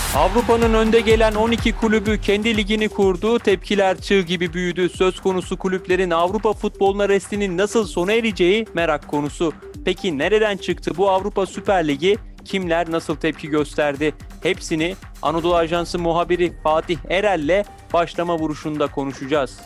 Avrupa'nın önde gelen 12 kulübü kendi ligini kurdu, tepkiler çığ gibi büyüdü. Söz konusu kulüplerin Avrupa futboluna restinin nasıl sona ereceği merak konusu. Peki nereden çıktı bu Avrupa Süper Ligi? Kimler nasıl tepki gösterdi? Hepsini Anadolu Ajansı muhabiri Fatih Erel'le başlama vuruşunda konuşacağız.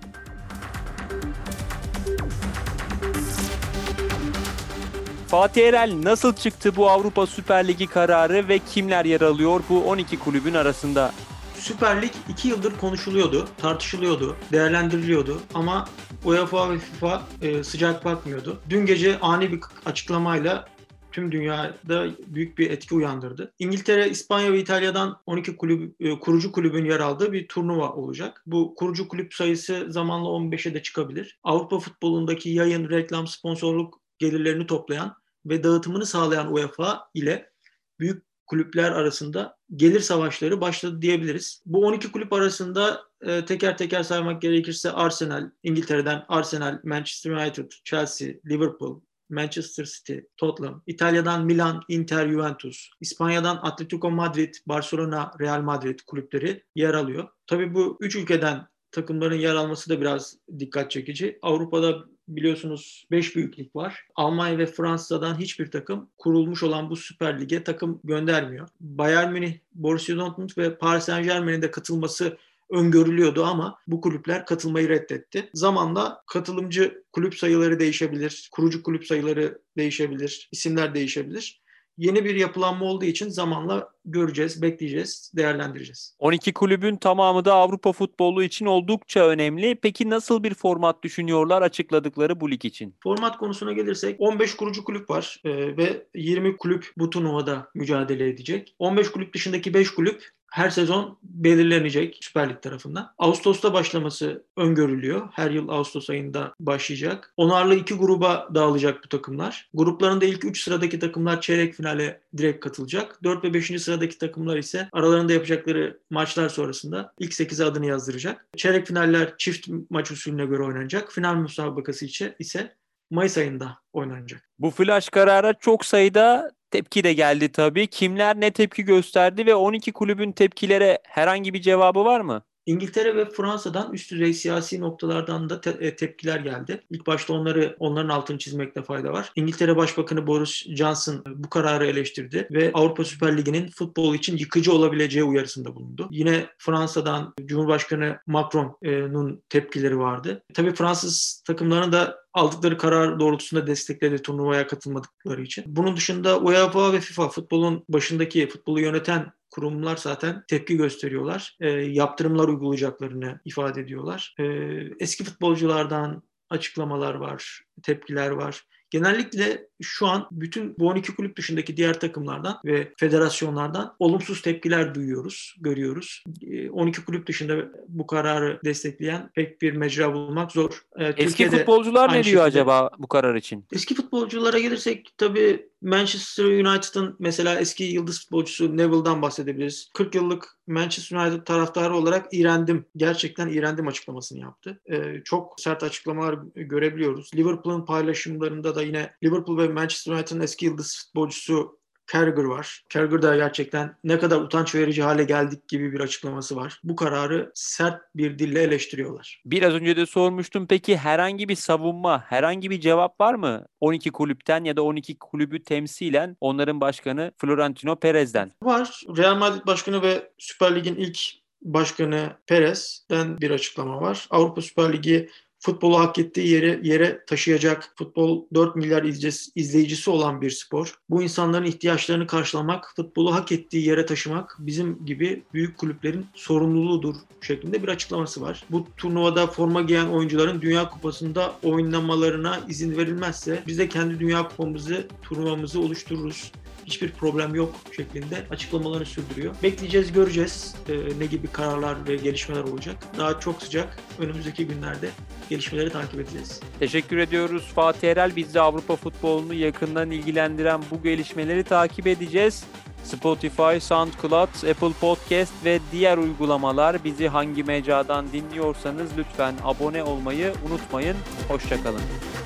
Fatih Erel, nasıl çıktı bu Avrupa Süper Ligi kararı ve kimler yer alıyor bu 12 kulübün arasında? Süper Lig 2 yıldır konuşuluyordu, tartışılıyordu, değerlendiriliyordu ama UEFA ve FIFA sıcak bakmıyordu. Dün gece ani bir açıklamayla tüm dünyada büyük bir etki uyandırdı. İngiltere, İspanya ve İtalya'dan 12 kurucu kulübün yer aldığı bir turnuva olacak. Bu kurucu kulüp sayısı zamanla 15'e de çıkabilir. Avrupa futbolundaki yayın, reklam, sponsorluk gelirlerini toplayan ve dağıtımını sağlayan UEFA ile büyük kulüpler arasında gelir savaşları başladı diyebiliriz. Bu 12 kulüp arasında teker teker saymak gerekirse Arsenal, İngiltere'den Arsenal, Manchester United, Chelsea, Liverpool, Manchester City, Tottenham, İtalya'dan Milan, Inter, Juventus, İspanya'dan Atletico Madrid, Barcelona, Real Madrid kulüpleri yer alıyor. Tabii bu 3 ülkeden takımların yer alması da biraz dikkat çekici. Avrupa'da biliyorsunuz 5 büyük lig var. Almanya ve Fransa'dan hiçbir takım kurulmuş olan bu Süper Lig'e takım göndermiyor. Bayern Münih, Borussia Dortmund ve Paris Saint-Germain'in de katılması öngörülüyordu ama bu kulüpler katılmayı reddetti. Zamanla katılımcı kulüp sayıları değişebilir, kurucu kulüp sayıları değişebilir, isimler değişebilir. Yeni bir yapılanma olduğu için zamanla göreceğiz, bekleyeceğiz, değerlendireceğiz. 12 kulübün tamamı da Avrupa futbolu için oldukça önemli. Peki nasıl bir format düşünüyorlar açıkladıkları bu lig için? Format konusuna gelirsek 15 kurucu kulüp var ve 20 kulüp bu turnuvada mücadele edecek. 15 kulüp dışındaki 5 kulüp her sezon belirlenecek Süper Lig tarafından. Ağustos'ta başlaması öngörülüyor. Her yıl Ağustos ayında başlayacak. Onarlı 2 gruba dağılacak bu takımlar. Gruplarında ilk 3 sıradaki takımlar çeyrek finale direkt katılacak. 4 ve 5. sıradaki takımlar ise aralarında yapacakları maçlar sonrasında ilk 8'e adını yazdıracak. Çeyrek finaller çift maç usulüne göre oynanacak. Final müsabakası ise Mayıs ayında oynanacak. Bu flash karara çok sayıda tepki de geldi tabii. Kimler ne tepki gösterdi ve 12 kulübün tepkilere herhangi bir cevabı var mı? İngiltere ve Fransa'dan üst düzey siyasi noktalardan da tepkiler geldi. İlk başta onların altını çizmekte fayda var. İngiltere Başbakanı Boris Johnson bu kararı eleştirdi ve Avrupa Süper Ligi'nin futbol için yıkıcı olabileceği uyarısında bulundu. Yine Fransa'dan Cumhurbaşkanı Macron'un tepkileri vardı. Tabii Fransız takımlarının da aldıkları karar doğrultusunda destekledi turnuvaya katılmadıkları için. Bunun dışında UEFA ve FIFA futbolun başındaki futbolu yöneten kurumlar zaten tepki gösteriyorlar. Yaptırımlar uygulayacaklarını ifade ediyorlar. Eski futbolculardan açıklamalar var, tepkiler var. Genellikle şu an bütün bu 12 kulüp dışındaki diğer takımlardan ve federasyonlardan olumsuz tepkiler duyuyoruz, görüyoruz. 12 kulüp dışında bu kararı destekleyen pek bir mecra bulmak zor. Eski Türkiye'de futbolcular ne aynı diyor şekilde. acaba bu karar için? Eski futbolculara gelirsek tabii Manchester United'ın mesela eski yıldız futbolcusu Neville'dan bahsedebiliriz. 40 yıllık Manchester United taraftarı olarak iğrendim. Gerçekten iğrendim açıklamasını yaptı. Çok sert açıklamalar görebiliyoruz. Liverpool'un paylaşımlarında da yine Liverpool ve Manchester United'ın eski yıldız futbolcusu Carragher var. Carragher da gerçekten ne kadar utanç verici hale geldik gibi bir açıklaması var. Bu kararı sert bir dille eleştiriyorlar. Biraz önce de sormuştum. Peki herhangi bir savunma, herhangi bir cevap var mı? 12 kulüpten ya da 12 kulübü temsilen onların başkanı Florentino Perez'den. Var. Real Madrid Başkanı ve Süper Lig'in ilk başkanı Perez'den bir açıklama var. Avrupa Süper Ligi futbolu hak ettiği yere taşıyacak, futbol 4 milyar izleyicisi olan bir spor. Bu insanların ihtiyaçlarını karşılamak, futbolu hak ettiği yere taşımak bizim gibi büyük kulüplerin sorumluluğudur şeklinde bir açıklaması var. Bu turnuvada forma giyen oyuncuların Dünya Kupası'nda oynamalarına izin verilmezse biz de kendi Dünya Kupamızı, turnuvamızı oluştururuz. Hiçbir problem yok şeklinde açıklamalarını sürdürüyor. Bekleyeceğiz, göreceğiz ne gibi kararlar ve gelişmeler olacak. Daha çok sıcak. Önümüzdeki günlerde gelişmeleri takip edeceğiz. Teşekkür ediyoruz Fatih Erel. Biz de Avrupa futbolunu yakından ilgilendiren bu gelişmeleri takip edeceğiz. Spotify, SoundCloud, Apple Podcast ve diğer uygulamalar, bizi hangi mecradan dinliyorsanız lütfen abone olmayı unutmayın. Hoşça kalın.